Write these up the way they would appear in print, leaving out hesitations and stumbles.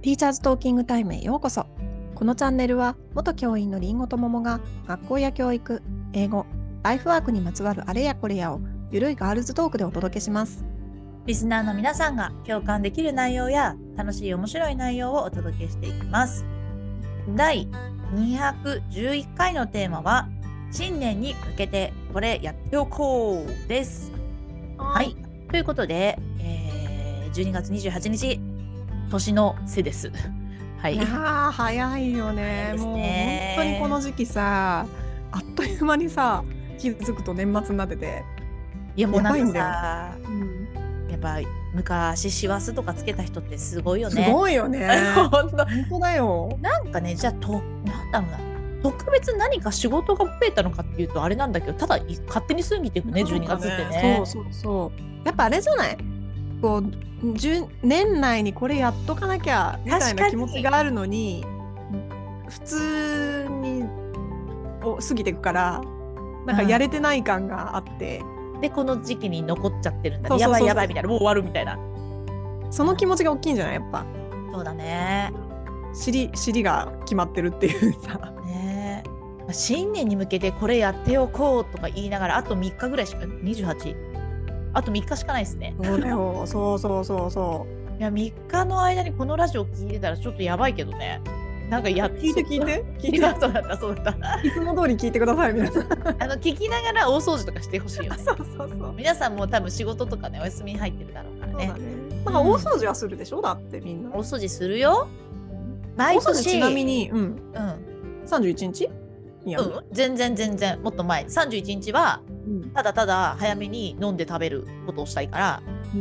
ティーチャーズトーキングタイムへようこそ。このチャンネルは元教員のりんごと桃が学校や教育、英語、ライフワークにまつわるあれやこれやをゆるいガールズトークでお届けします。 リスナーの皆さんが共感できる内容や楽しい面白い内容をお届けしていきます。第211回のテーマは新年に向けてこれやっておこうです。はい。ということで、12月28日、年の瀬です。はい。 いやー早いよね。もう本当にこの時期さ、あっという間にさ気づくと年末になってて。 いやもうなんかさ、 やっぱ昔師走とかつけた人ってすごいよね。 すごいよね。 本当だよ。 なんかね、じゃあなんだろうな、特別何か仕事が増えたのかっていうとあれなんだけど、ただ勝手に過ぎていくね、12月ってね。 そうやっぱあれじゃない、こう年内にこれやっとかなきゃみたいな気持ちがあるのに普通に過ぎていくからなんかやれてない感があって、 でこの時期に残っちゃってるんだ。やばいやばいみたいな、もう終わるみたいな、 その気持ちが大きいんじゃない？やっぱそうだね。 尻が決まってるっていうさね。新年に向けてこれやっておこうとか言いながらあと3日ぐらいしか、28あと3日しかないですね。 そうだよ。そういや3日の間にこのラジオ聞いてたらちょっとやばいけどね。なんか聞いてそうだったいつも通り聞いてください皆さん聞きながら大掃除とかしてほしいよね。 そう皆さんも多分仕事とかねお休みに入ってるだろうからね。 なんか大掃除はするでしょ、だってみんな。 大掃除するよ。毎年。 ちなみに31日？ 全然もっと前。31日はただただ早めに飲んで食べることをしたいから、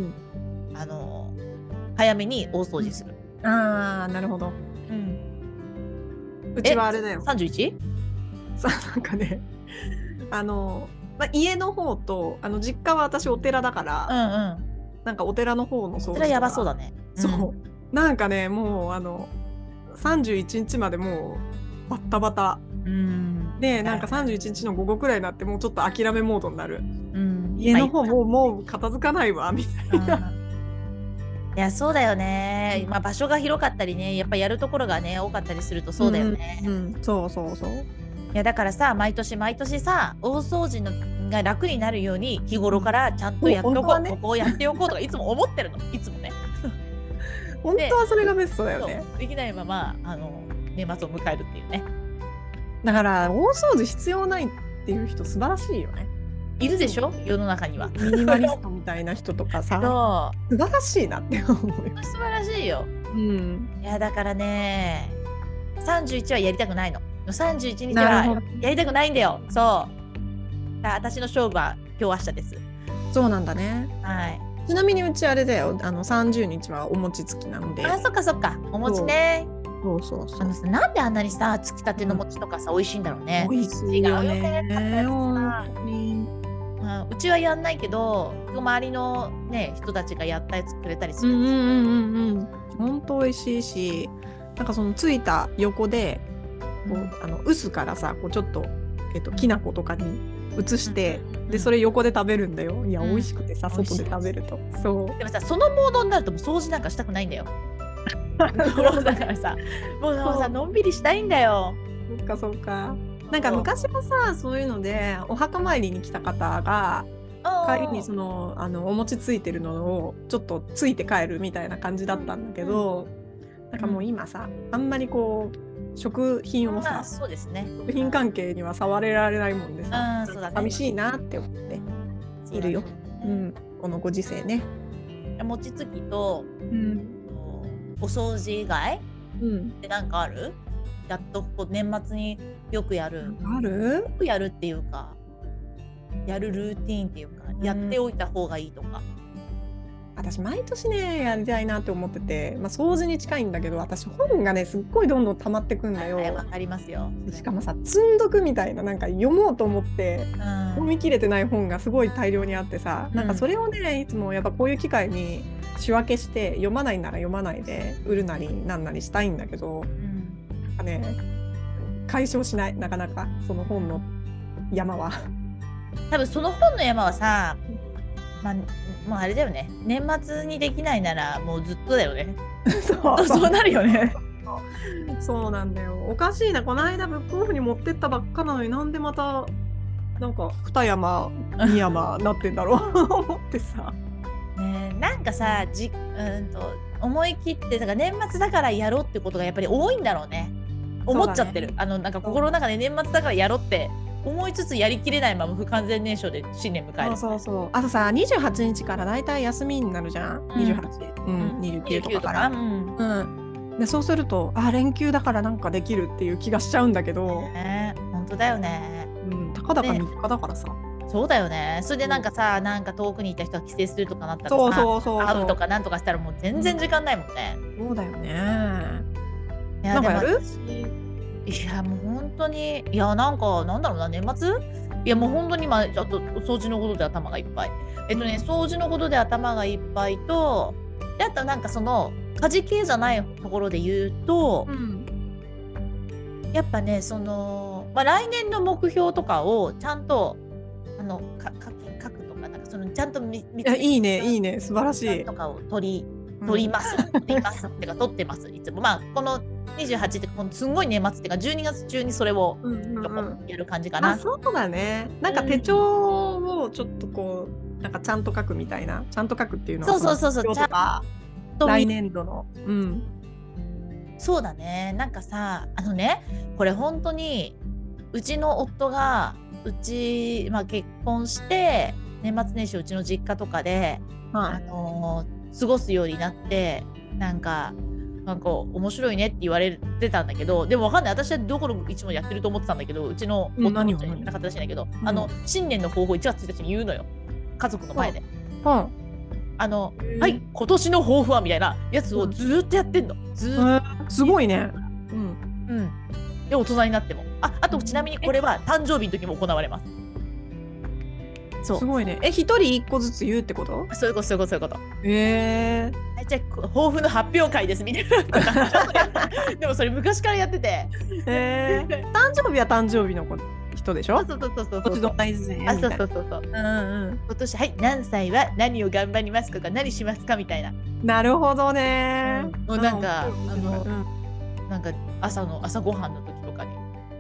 早めに大掃除する。 ああ、なるほど。うちはあれだよ。 31？ なんかね、家の方と実家は私お寺だから、なんかお寺の方の掃除とか。 それやばそうだね。 そう。なんかね、もう31日までもうバッタバタ。で、なんか31日の午後くらいになってもうちょっと諦めモードになる。家の方もう片付かないわみたいな。 いやそうだよね。まあ場所が広かったりね、やっぱやるところがね多かったりするとそうだよね。 そう。 いやだからさ、毎年さ、大掃除が楽になるように日頃からちゃんとやっておこう、ここをやっておこうとかいつも思ってるの。いつもね。 本当はそれがベストだよね。 できないまま年末を迎えるっていうね。 だから大掃除必要ないっていう人素晴らしいよね。 いるでしょ、世の中には。 ミニマリストみたいな人とかさ素晴らしいなって思うよ。 素晴らしいよ。いやだからね、31はやりたくないの。31日はやりたくないんだよ。そう私の勝負は今日明日です。そうなんだね。はい。 ちなみにうちあれだよ、30日はお餅つきなので。 そっかお餅ね。 そうなんであんなにさつきたての餅とかさ美味しいんだろうね。 美味しいよね。 うちはやんないけど周りのね人たちがやったやつくれたりする。 本当美味しいし、なんかそのついた横でこう臼からさこうちょっときな粉とかに移して、でそれ横で食べるんだよ。いや美味しくてさ、外で食べると。そうでもさ、そのモードになるともう掃除なんかしたくないんだよ。だからさ、もうさのんびりしたいんだよ。 そうか。なんか昔はさ、そういうのでお墓参りに来た方が帰りにお餅ついてるのをちょっとついて帰るみたいな感じだったんだけど、なんかもう今さ、あんまりこう食品をさ、 そうですね、 食品関係には触れられないもんでさ、寂しいなって思っているよ。このご時世ね。 餅つきとお掃除以外ってなんかある？やっと年末によくやるっていうか、やるルーティーンっていうか、やっておいた方がいいとか。 私毎年ねやりたいなって思ってて、掃除に近いんだけど、私本がねすっごいどんどん溜まってくんだよ。 わかりますよ。 しかもさ、積んどくみたいな、なんか読もうと思って読み切れてない本がすごい大量にあってさ、なんかそれをねいつもやっぱこういう機会に仕分けして読まないなら読まないで売るなりなんなりしたいんだけど、なんかね解消しない、なかなかその本の山は。 多分その本の山はさ、 まあ、もうあれだよね。年末にできないならもうずっとだよね。 そうそうなるよね。 そうなんだよ。おかしいな。この間ブックオフに持ってったばっかなのになんでまたなんか二山二山なってんだろう思ってさ。 ね、なんかさ思い切ってだから年末だからやろうってことがやっぱり多いんだろうね。思っちゃってる。 ね、 なんか心の中で年末だからやろうって思いつつやりきれないまま不完全燃焼で新年迎える。 そう。あとさ、28日からだいたい休みになるじゃん。28、29とかから。でそうすると連休だからなんかできるっていう気がしちゃうんだけど。 本当だよね。 たかだか3日だからさ。 そうだよね。それでなんかさ、なんか遠くにいた人が帰省するとかなったらさ、 そう会うとかなんとかしたらもう全然時間ないもんね。 そうだよね。 なんかやる？いやもう本当になんかなんだろうな、年末？いやもう本当に今ちょっと掃除のことで頭がいっぱい。掃除のことで頭がいっぱいと、であとなんかその家事系じゃないところで言うと、やっぱね来年の目標とかをちゃんと書くとか、なんかちゃんといいね素晴らしいとかを取りますってか取ってますいつも。この28ってこのすんごい年末っていうか12月中にそれをやる感じかな。 そうだね。なんか手帳をちょっとこうなんかちゃんと書くみたいな、ちゃんと書くっていうのはそうとか来年度のそうだね。なんかさこれ本当にうちの夫が結婚して年末年始うちの実家とかで、過ごすようになってなんか面白いねって言われてたんだけど、でもわかんない。私はどこの一もやってると思ってたんだけど、うちの夫のなかったらしいんだけど、新年の抱負1月1日に言うのよ、家族の前で。はい今年の抱負はみたいなやつをずっとやってんの。 すごいね。 で大人になってもあとちなみにこれは誕生日の時も行われます。 すごいね。1人1個ずつ言うってこと？ そういうこと。じゃあ抱負の発表会ですみたいな。でもそれ昔からやってて。 誕生日は誕生日の人でしょ？そう。今年何歳は何を頑張りますとか何しますかみたいな。 なるほどね。 なんか朝ごはんの時とかに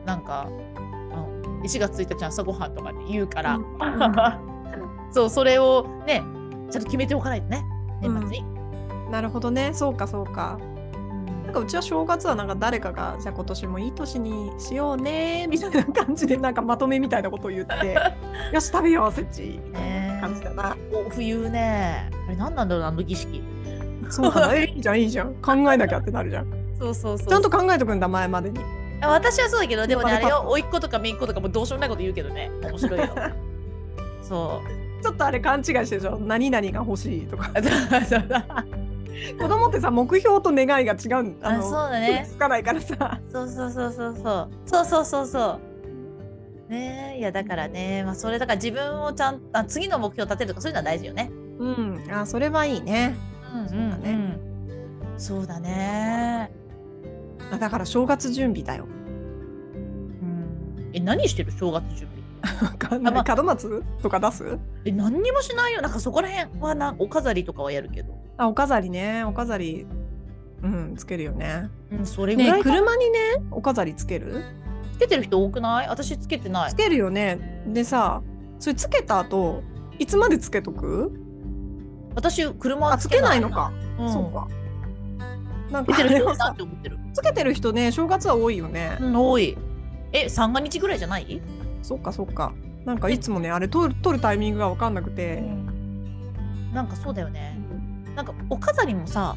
1月1日の朝ごはんとかで言うから、それをねちゃんと決めておかないとね、年末に。 なるほどね。そうか。なんかうちは正月はなんか誰かがじゃあ今年もいい年にしようねみたいな感じでなんかまとめみたいなことを言ってよし食べようせちみたいな感じだな。 冬ね、あれ何なんだろうな、儀式。 そうかな。いいじゃん考えなきゃってなるじゃん。 そうちゃんと考えとくんだ、前までに。 私はそうだけど、でもね、あれよ、甥っ子とか姪っ子とかもどうしようもないこと言うけどね、面白いよ。 ちょっとあれ勘違いしてるでしょ。何々が欲しいとか。子供ってさ、目標と願いが違う。そうだね。 つかないからさ。 そう。ね、いやだからね、それだから自分をちゃんと次の目標を立てるとかそういうのは大事よね。 それはいいね。 そうだね。 だから正月準備だよ。 何してる正月準備？門松とか出す？ 何にもしないよ。なんかそこら辺はお飾りとかはやるけど。 お飾りね。お飾りつけるよね。 それぐらい。 車にねお飾りつける？ つけてる人多くない？私つけてない。 つけるよね。でさ、それつけた後いつまでつけとく？ 私車はつけないのか。そうか。なんかつけてる人だって思ってる。 つけてる人ね、正月は多いよね。 多い。三が日ぐらいじゃない？ そっか。なんかいつもね、あれ撮るタイミングが分かんなくて。 なんかそうだよね。なんかお飾りもさ、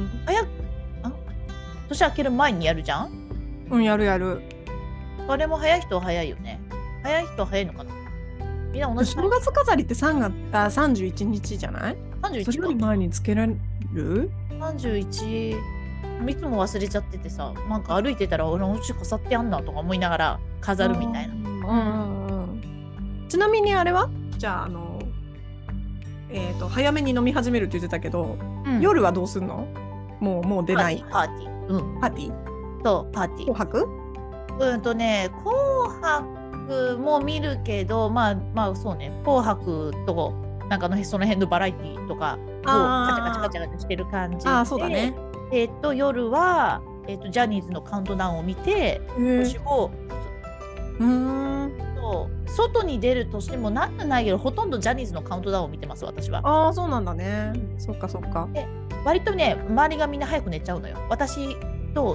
年明ける前にやるじゃん？ やる。 あれも早い人は早いよね。早い人は早いのかな？みんな同じ。 正月飾りって31日じゃない？31それより前につけられる？ 31。 いつも忘れちゃっててさ、なんか歩いてたら俺のうち飾ってあんなとか思いながら飾るみたいな。 ちなみにあれはじゃあ早めに飲み始めるって言ってたけど、夜はどうすんの？もう出ない。 パーティー。 パーティー？ そう、パーティー。 紅白？ 紅白も見るけど、そうね、紅白となんかその辺のバラエティーとかをカチャカチャカチャカチャしてる感じで、 そうだね。 夜は、ジャニーズのカウントダウンを見て、年を外に出る年もなんかないけど、ほとんどジャニーズのカウントダウンを見てます、私は。 そうなんだね。そっかそっか。 で割とね、周りがみんな早く寝ちゃうのよ。私と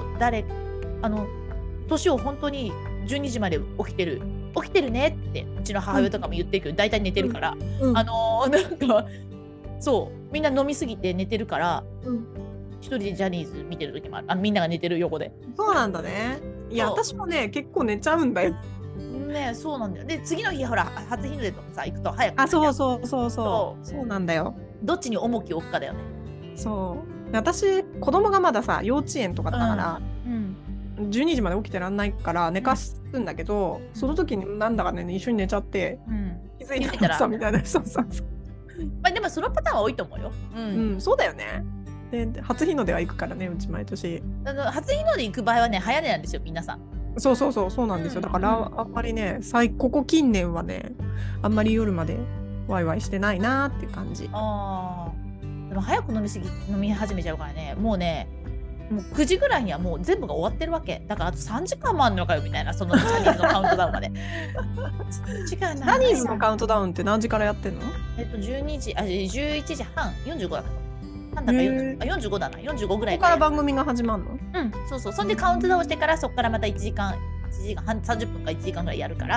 年を本当に12時まで起きてるねってうちの母親とかも言ってるけど、大体寝てるから、なんかそうみんな飲みすぎて寝てるから、一人でジャニーズ見てる時もある。みんなが寝てる横で。 そうなんだね。いや、私もね結構寝ちゃうんだよ。 ね、そうなんだよ。で次の日ほら初日の出とかさ行くと早く。 そうなんだよ。 どっちに重きを置くかだよね。 そう私子供がまださ幼稚園とかだから、12時まで起きてらんないから寝かすんだけど、その時になんだかね一緒に寝ちゃって、気づいたらさみたいな。 でもそのパターンは多いと思うよ。 そうだよね。で初日の出は行くからね、うち毎年。 初日の出行く場合はね早寝なんですよ皆さん。 そうなんですよ。だからあんまりねここ近年はねあんまり夜までワイワイしてないなっていう感じ。 でも早く飲み始めちゃうからね、もう9時ぐらいにはもう全部が終わってるわけだから、あと3時間もあんのかよみたいな、そのジャニーズのカウントダウンまで。 ジャニーズのカウントダウンって何時からやってんの ？11時半、45だった。なんだか45だな、45ぐらいここから番組が始まるの？ そう。そんでカウントダウンしてから、そこからまた1時間半、30分か1時間ぐらいやるから、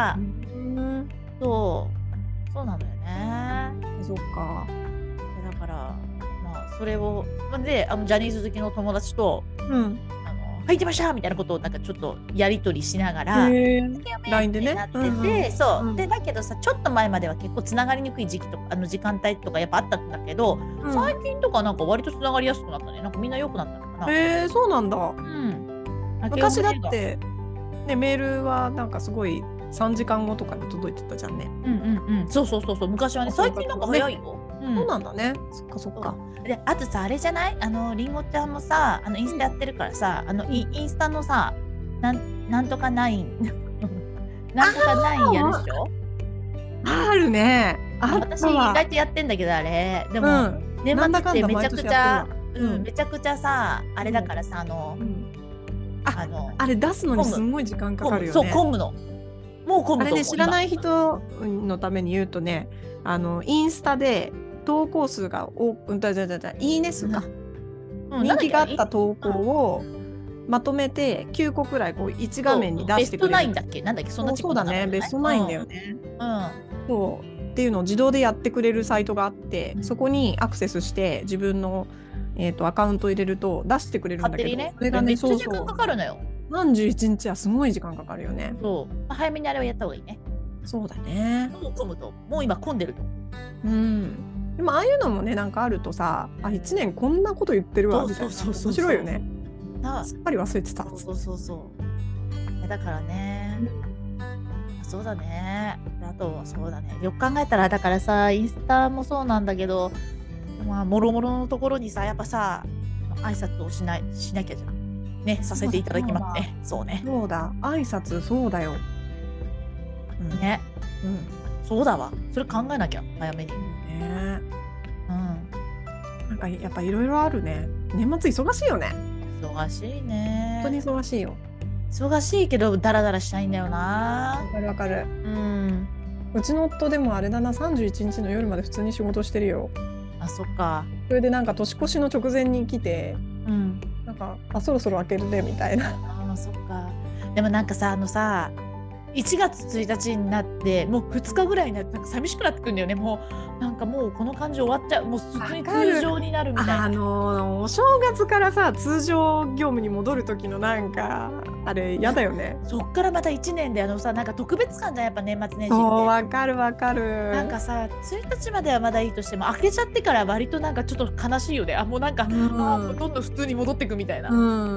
そうなのよね。 そっか。 だからそれをでジャニーズ好きの友達と入ってましたみたいなことをなんかちょっとやり取りしながら LINE でねなってて、でだけどさ、ちょっと前までは結構つながりにくい時期とか時間帯とかやっぱあったんだけど、最近とかなんか割とつながりやすくなったね。なんかみんな良くなったのかな。 そうなんだ。昔だってねメールはなんかすごい3時間後とかに届いてたじゃんね。 そう昔はね。最近なんか早いよ。 そうなんだね。そっか。 であとさ、あれじゃない、りんごちゃんもさインスタやってるからさ、インスタのさなんとか9なんとか9やるでしょ。 あるね。 私意外とやってんだけど、あれでも年末ってめちゃくちゃめちゃくちゃさあれだからさ、 あれ出すのにすごい時間かかるよね。 そう、混むの。もう混むと思う。 あれね、知らない人のために言うとね、インスタで投稿数がいいね数か、人気があった投稿をまとめて9個くらいこう1画面に出してくれる。 ベスト9だっけ、なんだっけ、そんなそうだね、ベスト9だよね。そうっていうのを自動でやってくれるサイトがあって、そこにアクセスして自分のアカウント入れると出してくれるんだけど、 それがね、めっちゃ時間かかるのよ。 31日はすごい時間かかるよね。 早めにあれをやった方がいいね。 そうだね。 もう混むと、もう今混んでると。 でもああいうのもね、なんかあるとさ、1年こんなこと言ってるわみたいな。面白いよね。すっかり忘れてた。 そうだからね。そうだね。あとそうだね。よく考えたらだからさ、インスタもそうなんだけど、もろもろのところにさ、やっぱさ挨拶をしなきゃじゃん。ね、させていただきますね。そうね。 そうだ、挨拶そうだよ。 ね。そうだわ。それ考えなきゃ、早めに。 ね。なんかやっぱいろいろあるね。年末忙しいよね。 忙しいね。 本当に忙しいよ。 忙しいけどダラダラしたいんだよな。 わかる。うちの夫でもあれだな、31日の夜まで普通に仕事してるよ。 そっか。 それでなんか年越しの直前に来て、なんかそろそろ開けるねみたいな。 そっか。でもなんかさ、1月1日になってもう2日ぐらいになってなんか寂しくなってくるんだよね。もうなんかもうこの感じ終わっちゃう。もう普通に通常になるみたいな。 お正月からさ通常業務に戻る時のなんかあれやだよね。 そっからまた1年でさ、なんか特別感じゃん、やっぱ年末年始って。 そう、わかる。なんかさ、1日まではまだいいとしても開けちゃってから割となんかちょっと悲しいよね。もうなんか、もうどんどん普通に戻ってくみたいな。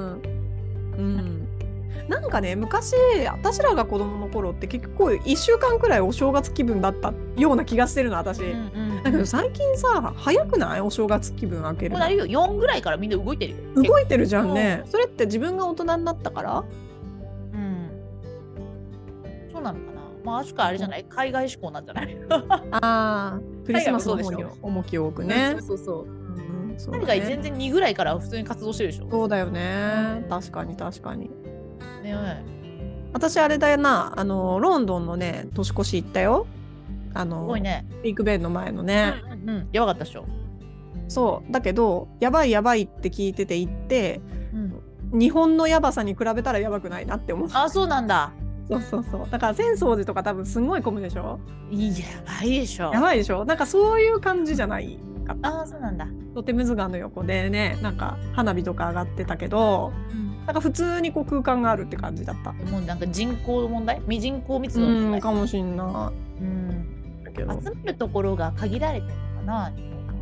なんかね、昔私らが子供の頃って結構1週間くらいお正月気分だったような気がしてるの、私。だけど最近さ、早くない？お正月気分開けるの。 もうよ、4ぐらいからみんな動いてるよ。 動いてるじゃんね。それって自分が大人になったから？ そうなのかな。 もしくはあれじゃない、海外志向なんじゃない？ ああ、クリスマスの方に海外もそうでし重きを置くね。 そうそうそう。 そうだ海外ね。 全然2ぐらいから普通に活動してるでしょ。 そうだよね。確かに確かに。 ね私あれだよな、ロンドンのね、年越し行ったよ。 すごいね。 ビッグベンの前のね。 やばかったでしょ。 そう。だけど、やばいやばいって聞いてて行って、 うん、 日本のやばさに比べたらやばくないなって思う。 あ、そうなんだ。 そうそうそう。だから浅草寺とか多分すんごい混むでしょ。 やばいでしょ。 やばいでしょ。なんかそういう感じじゃないかった。 あ、そうなんだ。 テムズ川の横でね、なんか花火とか上がってたけど、なんか普通にこう空間があるって感じだった。 もうなんか人口の問題、人口密度の問題かもしんない。 だけど集めるところが限られてるのかな。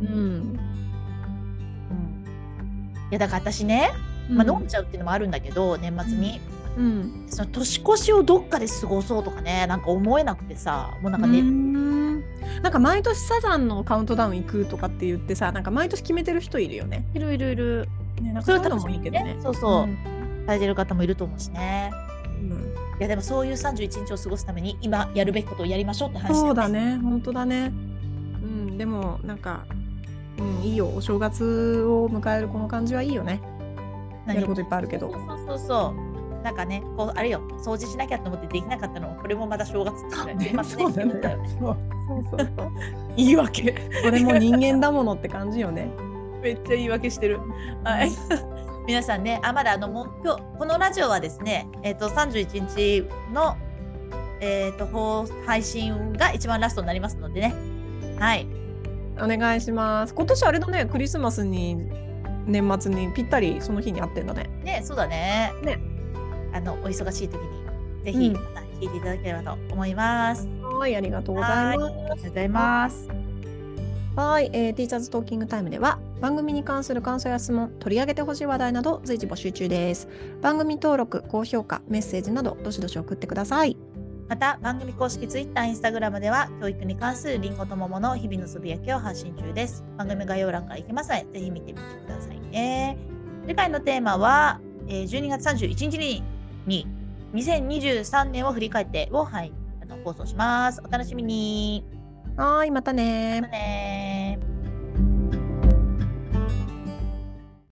いやだから私ね、飲んじゃうっていうのもあるんだけど、年末に。その年越しをどっかで過ごそうとかね、なんか思えなくてさ、もうなんかね。 なんか毎年サザンのカウントダウン行くとかって言ってさ、なんか毎年決めてる人いるよね。 いる。 ね、なんかそういうのもいいけどね。 そう。されてる方もいると思うしね。いやでもそういう31日を過ごすために今やるべきことをやりましょうって話だよね。 そうだね、本当だね。でもなんか、いいよ。お正月を迎えるこの感じはいいよね。やることいっぱいあるけど。 そう。なんかね、こうあれよ、掃除しなきゃと思ってできなかったのを、これもまた正月って言ますね。そう。言い訳。 これも人間だものって感じよね。 めっちゃ言い訳してる。はい。皆さんね、まだもう今日このラジオはですね、31日の配信が一番ラストになりますのでね。はい。 お願いします。今年あれだね、クリスマスに年末にぴったりその日にあってんだね。 ね、そうだね。お忙しい時にぜひまた聞いていただければと思います。 はい、ありがとうございます。 ありがとうございます。 はい、ティーチャーズトーキングタイムでは番組に関する感想や質問、取り上げてほしい話題など随時募集中です。番組登録、高評価、メッセージなどどしどし送ってください。 また番組公式 Twitter、Instagram では教育に関するりんごと桃の日々のつぶやきを発信中です。番組概要欄から行きますのでぜひ見てみてくださいね。次回のテーマは、12月31日に2023年を振り返って放送します。お楽しみに。 はい、またね。 またね。